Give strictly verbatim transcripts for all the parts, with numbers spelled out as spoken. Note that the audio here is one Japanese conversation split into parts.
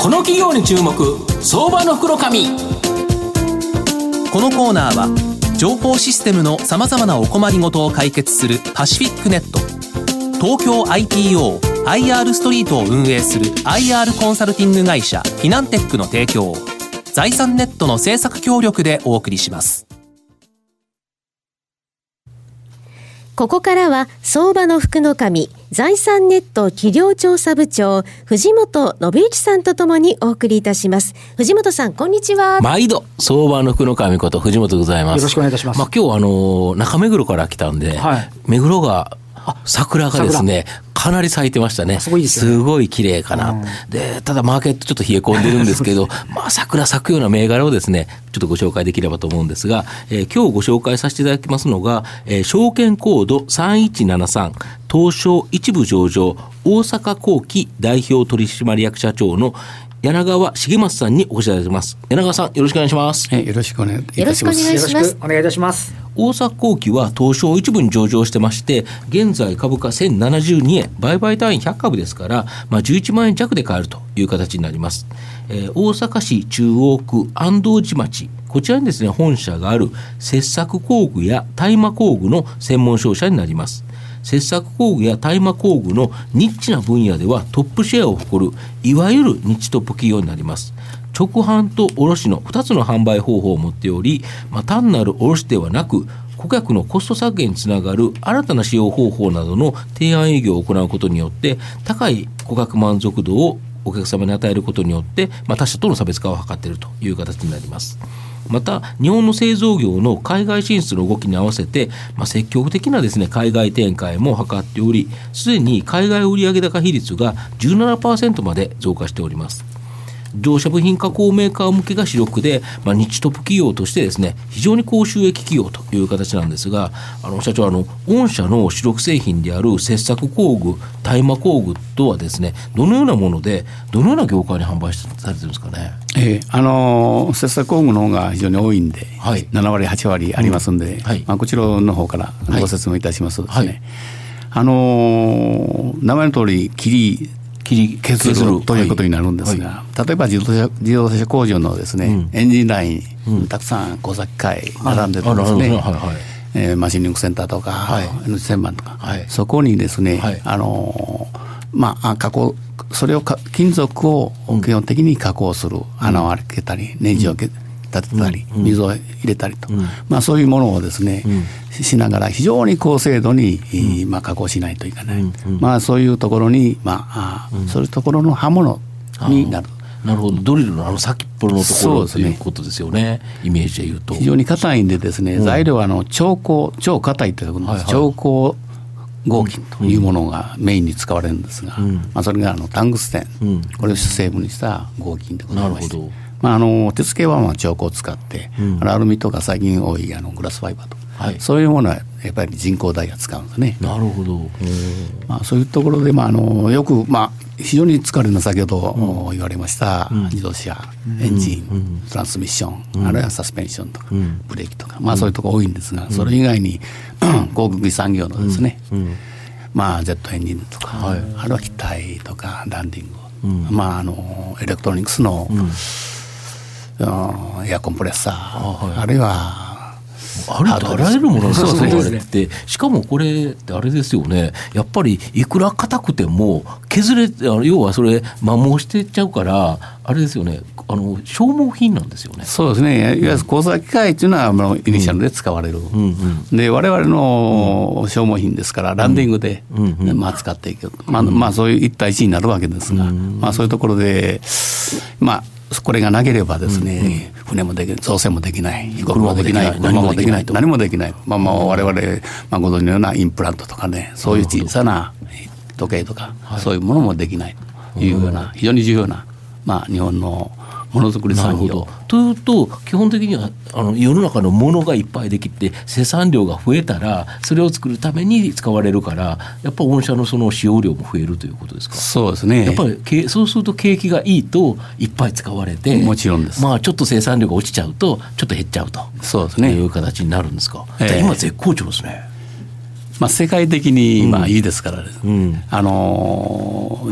この企業に注目、相場の袋紙。 このコーナーは情報システムのさまざまなお困りごとを解決するパシフィックネット、東京 アイティーオー アイアール ストリートを運営する アイアール コンサルティング会社フィナンテックの提供、財産ネットの制作協力でお送りします。 ここからは相場の福の神、財産ネット企業調査部長藤本信之さんとともにお送りいたします。藤本さん、こんにちは。 毎度相場の福の神こと藤本でございます。 よろしくお願いいたします。 まあ、今日あの中目黒から来たんで、はい、目黒が桜がですねかなり咲いてましたね。 すごいですよね。 すごい綺麗かな、うん、でただマーケットちょっと冷え込んでるんですけどまあ桜咲くような銘柄をですねちょっとご紹介できればと思うんですが、えー、今日ご紹介させていただきますのが、えー、証券コードさんいちななさん東証一部上場大阪工機代表取締役社長の柳川重松さんにお越しいただいています。柳川さん、よろしくお願いします。 えよろしくお願いいたします。 よろしくお願いします。 よろしくお願いいたします。 大阪工機は東証一部に上場してまして、現在株価せんななじゅうにえん、売買単位ひゃくかぶですから、まあ、じゅういちまんえん弱で買えるという形になります。えー、大阪市中央区安藤寺町、こちらにですね本社がある切削工具や大麻工具の専門商社になります。切削工具や大麻工具のニッチな分野ではトップシェアを誇るいわゆるニッチトップ企業になります。直販と卸のふたつの販売方法を持っており、まあ、単なる卸ではなく顧客のコスト削減につながる新たな使用方法などの提案営業を行うことによって高い顧客満足度をお客様に与えることによって、まあ、他社との差別化を図っているという形になります。また日本の製造業の海外進出の動きに合わせて、まあ、積極的なですね海外展開も図っており、すでに海外売上高比率が じゅうななパーセント まで増加しております。自動車部品加工メーカー向けが主力で、まあ、ニッチトップ企業としてですね非常に高収益企業という形なんですが、あの社長、あの御社の主力製品である切削工具大麻工具とはですねどのようなものでどのような業界に販売されてるんですかね。 えー、あの切削工具の方が非常に多いんで、はい、ななわりはちわりありますんで、うんはいまあ、こちらの方からご説明いたしますとですね、はいはい、あのー、名前の通り切り切り削るということになるんですが、はいはい、例えば自動車、自動車工場のですね、うん、エンジンライン、うん、たくさん工作機械並んでてですね、はいはいえー、マシンリングセンターとか、はい、エヌせんばんとか、はい、そこにですね、はい、あのー、まあ加工それをか金属を基本的に加工する、うん、穴を開けたりネジを立てたり、うん、水を入れたりと、うんまあ、そういうものをですね、うんしながら非常に高精度に、うんまあ、加工しないといけない、うんうんまあ、そういうところに、まあうん、そういうところの刃物になる。 なるほど、ドリルのあの先っぽのところということですよね、イメージでいうと非常に硬いんでですね、うん、材料はあの超硬超硬いということです、はいはい、超硬合金というものがメインに使われるんですが、うんまあ、それがあのタングステン、うん、これを主成分にした合金でございまして、なるほど、まあ、あの鉄系はまあ超硬を使って、うん、アルミとか最近多いあのグラスファイバーとかはい、そういうものはやっぱり人工ダイヤ使うんですね。 なるほど、 まあ、そういうところで、まあ、あのよく、まあ、非常に使われるのは先ほど言われました、うん、自動車エンジン、うん、トランスミッション、うん、あるいはサスペンションとか、うん、ブレーキとか、まあ、そういうところ多いんですが、うん、それ以外に航空機産業のですね、うんうんまあ、ジェットエンジンとか、はい、あるいは機体とかランディング、うんまあ、あのエレクトロニクスの、うんエアコンプレッサー、あ,、はい、あるいはあれってあらゆるものがそうですね。でしかもこれってあれですよね、やっぱりいくら硬くても削れ、要はそれ摩耗していっちゃうからあれですよね、あの消耗品なんですよね。 そうですね、いわゆる工作機械っていうのはもうイニシャルで使われる、うんうんうん、で我々の消耗品ですからランディングで、うんうんまあ、使っていく、まあまあ、そういう一対一になるわけですが、うんまあ、そういうところでまあこれがなければですね、うんうん、船もできない、造船もできない、飛行機もできない、車もできない、何もできない、まあ、まあ我々、まあ、ご存知のようなインプラントとかね、そういう小さな時計とか、そういうものもできないというような非常に重要な、まあ、日本のものづくり産業というと、基本的にはあの世の中のものがいっぱいできて生産量が増えたらそれを作るために使われるから、やっぱり御社のその使用量も増えるということですか。 そうですね、 やっぱりそうすると景気がいいといっぱい使われて、 もちろんです、 まあ、ちょっと生産量が落ちちゃうとちょっと減っちゃうと、 そうですね、 いう形になるんですか。 えー、 今絶好調ですね。 まあ、世界的にまあいいですから、うん、あの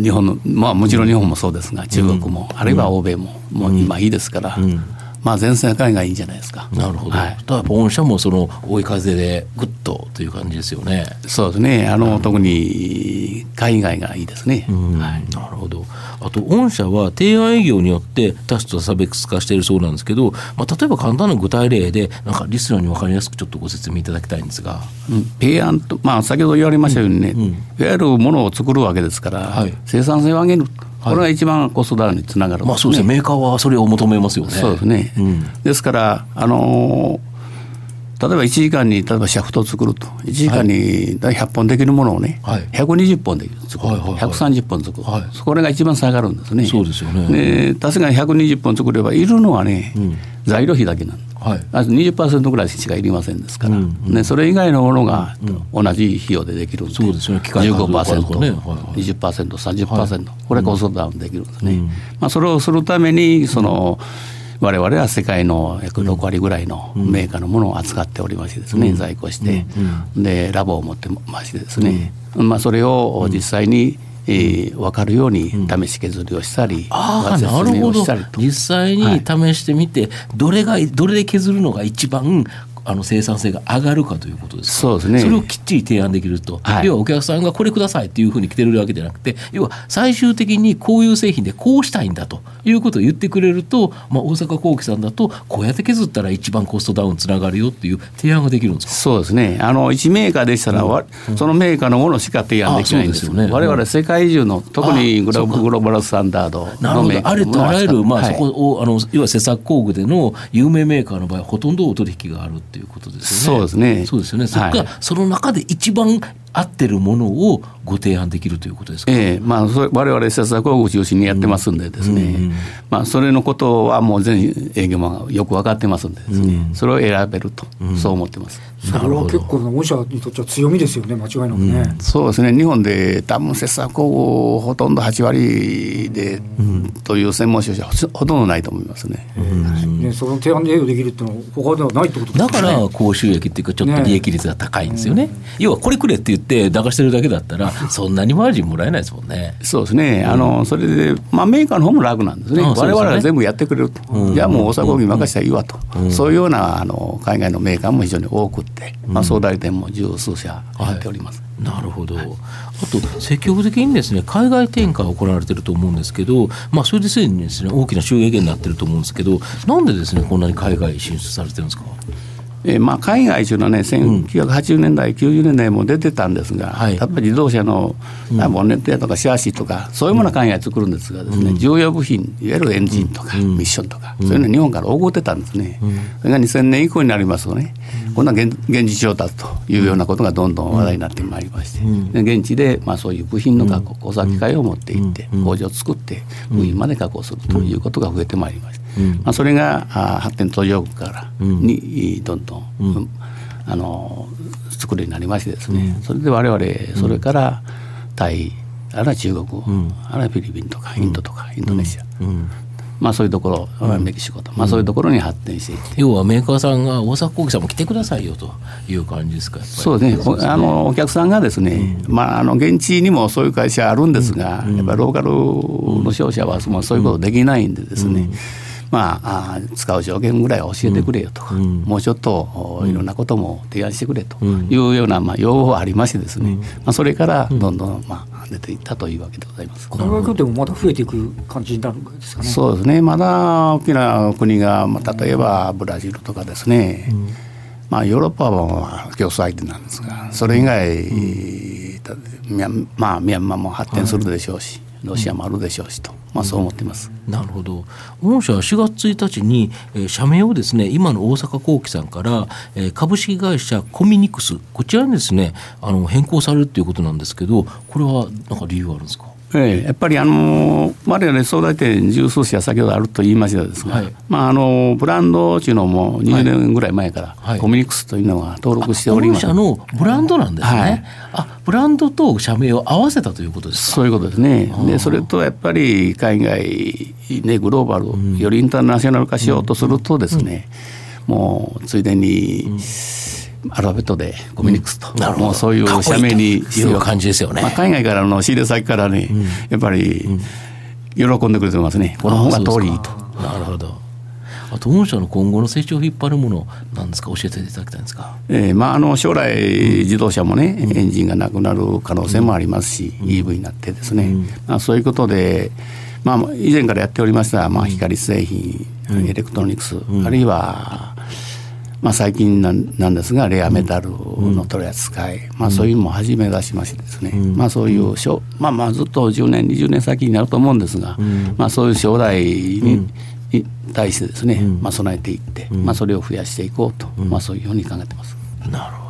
日本の、まあ、もちろん日本もそうですが、中国も、うん、あるいは欧米も、うん、もう今いいですから、うんまあ、前線海外いいんじゃないですか。 なるほど、 はい、 だから御社もその追い風でぐっとという感じですよね。 そうですね、あの、うん、特に海外がいいですね、 うんはい、なるほど。あと御社は提案営業によって他社と差別化しているそうなんですけど、まあ、例えば簡単な具体例でなんかリスナーに分かりやすくちょっとご説明いただきたいんですが、 うん、提案と、まあ、先ほど言われましたようにね、うんうん、いわゆるものを作るわけですから、はい、生産性を上げる、これが一番コストダウンにつながる、ねまあ、そうですね、メーカーはそれを求めますよね。 そうですね、うん、ですから、あのー例えばいちじかんに例えばシャフトを作るといちじかんにひゃっぽんできるものをね、はい、ひゃくにじゅっぽんで作る、はいはいはい、ひゃくさんじゅっぽん作る、はい、これが一番下がるんですね。 そうですよね。 で確かにひゃくにじゅっぽん作ればいるのはね、うん、材料費だけなんです、はい、あと にじゅっパーセント ぐらいしかいりませんですから、うんうんね、それ以外のものが同じ費用でできるんで、 そうですよね、機械じゅうごパーセント、 ねはいはい、 にじゅっパーセント、さんじゅっパーセント、はい、これコストダウンできるんですね、うんまあ、それをするためにその、うん我々は世界の約ろくわりぐらいのメーカーのものを扱っておりましてですね、うん、在庫して、うん、でラボを持ってましてですね、うんまあ、それを実際に、えー、分かるように試し削りをしたり、うん、 あなるほど、実際に試してみて、はい、どれがどれで削るのが一番あの生産性が上がるかということですか。 そうですね。 それをきっちり提案できると、はい、要はお客さんがこれくださいっていうふうに来てるわけじゃなくて、要は最終的にこういう製品でこうしたいんだということを言ってくれると、まあ、大阪工機さんだとこうやって削ったら一番コストダウンつながるよっていう提案ができるんですか。 そうですね、あのいちメーカーでしたら、うん、そのメーカーのものしか提案できないんですよね。我々世界中の特にグローバルスタンダードのメーカー、 あれとあらゆる、まあ、そこをあの要は施策工具での有名メーカーの場合はほとんどお取引があるっていうことですよね。 そうですね。 そうですよね。そこが、はい、その中で一番合ってるものをご提案できるということですか。 ええまあ、それ我々施策工具中心にやってますんでですね、うんうんまあ、それのことはもう全営業マンがよく分かってますんでですね、うん、それを選べると、うん、そう思ってます。 それは結構御社にとっては強みですよね、間違いなくね、 うん、そうですね。日本で多分施策工具ほとんどはちわりで、うん、という専門商社はほとんどないと思いますね、 うんね、その提案で営業できるっていうのは他ではないってことですね。 だから高収益っていうかちょっと利益率が高いんですよね、ね要はこれくれって言って流してるだけだったらそんなにマージンもらえないですもんね。 そうですね、あのそれで、まあ、メーカーの方も楽なんですね。我々は全部やってくれると、うん、じゃあもう大阪工機任せたらいいわと、うん、そういうようなあの海外のメーカーも非常に多くって、まあ、総代理店も十数社やっております、 はい、なるほど、はい、あと積極的にですね海外展開が行われていると思うんですけど、まあ、それですでにですね大きな収益源になっていると思うんですけど、なんでですねこんなに海外進出されてるんですか。 えーまあ、海外というのはね、せんきゅうひゃくはちじゅうねんだい、きゅうじゅうねんだいも出てたんですが、はい、例えば自動車のボンネットやとかシャーシとか、そういうものは海外作るんですがですね、うん、重要部品、いわゆるエンジンとか、うん、ミッションとか、うん、そういうのは日本からおごってたんですね、うん、それがにせんねん以降になりますとね、うん、こんな 現, 現地調達というようなことがどんどん話題になってまいりまして、うん、で現地でまあそういう部品の加工、工作機械を持っていって、工場を作って、部品まで加工するということが増えてまいりました。うんまあ、それが発展途上国からにどんどん、うん、あの作るようになりましてですね、うん、それで我々それからタイあるいは中国、うん、あるいはフィリピンとかインドとかインドネシア、うんうんまあ、そういうところ、うん、メキシコと、まあ、そういうところに発展していって、 要はメーカーさんが大阪工機さんも来てくださいよという感じですか。やっぱりそうですね、あのお客さんがですね、うんまあ、あの現地にもそういう会社あるんですが、うん、やっぱりローカルの商社はそういうことできないんでですね、うんまあ、あ使う条件ぐらいは教えてくれよとか、うん、もうちょっといろんなことも提案してくれというような、まあ、要望はありましてですね、うんまあ、それからどんどん、まあ、出ていったというわけでございます。 海外拠点もまだ増えていく感じになるんですかね。 そうですね、まだ大きな国が、まあ、例えばブラジルとかですね、うんまあ、ヨーロッパは競争相手なんですが、それ以外、うんミャンまあ、ミャンマーも発展するでしょうし、はいロシアもあるでしょうしと、まあ、そう思っています、 うん、なるほど。御社はしがつついたちに、えー、社名をですね今の大阪工機さんから、えー、株式会社コミニクスこちらにですねあの変更されるということなんですけど、これは何か理由があるんですか。 ええ、やっぱりあの我々総代店十数社先ほどあると言いましたですが、はいまあ、あのブランドというのもにじゅうねんぐらい前からコミニクスというのが登録しております。 御社のブランドなんですね、はい、あブランドと社名を合わせたということですか。 そういうことですね。でそれとやっぱり海外、ね、グローバル、うん、よりインターナショナル化しようとするとですね、うん、もうついでに、うんアルファベットでコミュニクスと、 うん、 もうそういう社名にいう感じですよね。 まあ、海外からの仕入れ先からね、うん、やっぱり喜んでくれてますね。この方が通りいいと。 なるほど。あと御社の今後の成長を引っ張るものなんですか、教えていただきたいんですか。 えーまあ、あの将来自動車もね、うん、エンジンがなくなる可能性もありますし、うん、イーブイ になってですね、うんまあ、そういうことで、まあ、以前からやっておりました、まあ、光製品、うん、エレクトロニクス、うん、あるいは、まあ、最近なんなんですがレアメタルの取り扱い、うんまあ、そういうのも始め出しましてですね、うんまあ、そういう、まあ、まあずっとじゅうねんにじゅうねん先になると思うんですが、うんまあ、そういう将来に、うんに対してですね、うんまあ、備えていって、うんまあ、それを増やしていこうと、うんまあ、そういうふうに考えてます。 なるほど。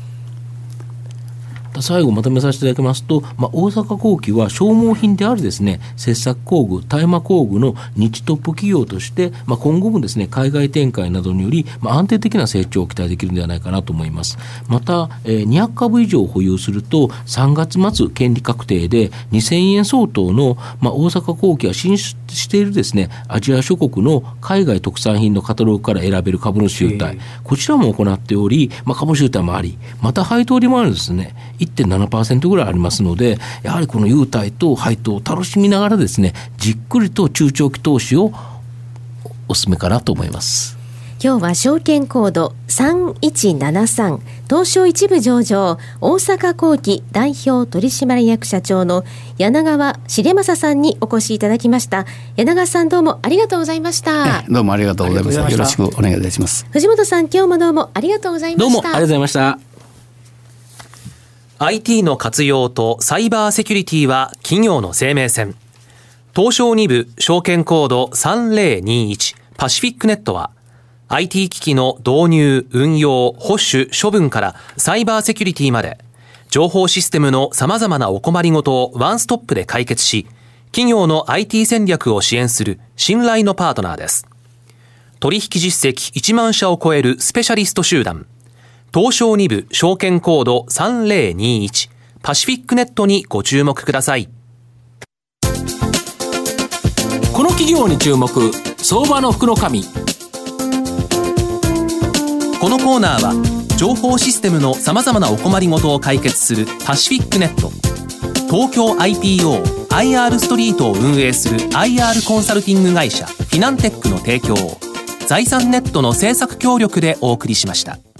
最後まとめさせていただきますと、まあ、大阪工機は消耗品であるですね切削工具、大麻工具の日トップ企業として、まあ、今後もですね海外展開などにより、まあ、安定的な成長を期待できるのではないかなと思います。また、えー、にひゃくかぶ以上保有するとさんがつ末権利確定でにせんえん相当の、まあ、大阪工機が進出しているですねアジア諸国の海外特産品のカタログから選べる株主優待、こちらも行っており、まあ、株主優待もあり、また配当利もあるんですね。いってんななパーセント ぐらいありますので、やはりこの優待と配当を楽しみながらですねじっくりと中長期投資をお勧めかなと思います。 今日は証券コードさんいちななさん東証一部上場大阪工機代表取締役社長の柳川重正さんにお越しいただきました。柳川さん、どうもありがとうございました。 どうもありがとうございました。よろしくお願いいたします。 藤本さん、今日もどうもありがとうございました。 どうもありがとうございました。 アイティー の活用とサイバーセキュリティは企業の生命線。東証に部証券コードさんぜろにいちパシフィックネットは アイティー 機器の導入、運用、保守、処分からサイバーセキュリティまで情報システムの様々なお困りごとをワンストップで解決し、企業の アイティー 戦略を支援する信頼のパートナーです。取引実績いちまん社を超えるスペシャリスト集団、東証に部証券コードさんぜろにいちパシフィックネットにご注目ください。 この企業に注目、相場の福の神。 このコーナーは情報システムのさまざまなお困りごとを解決するパシフィックネット、東京 アイピーオー アイアール ストリートを運営する アイアール コンサルティング会社フィナンテックの提供を財産ネットの制作協力でお送りしました。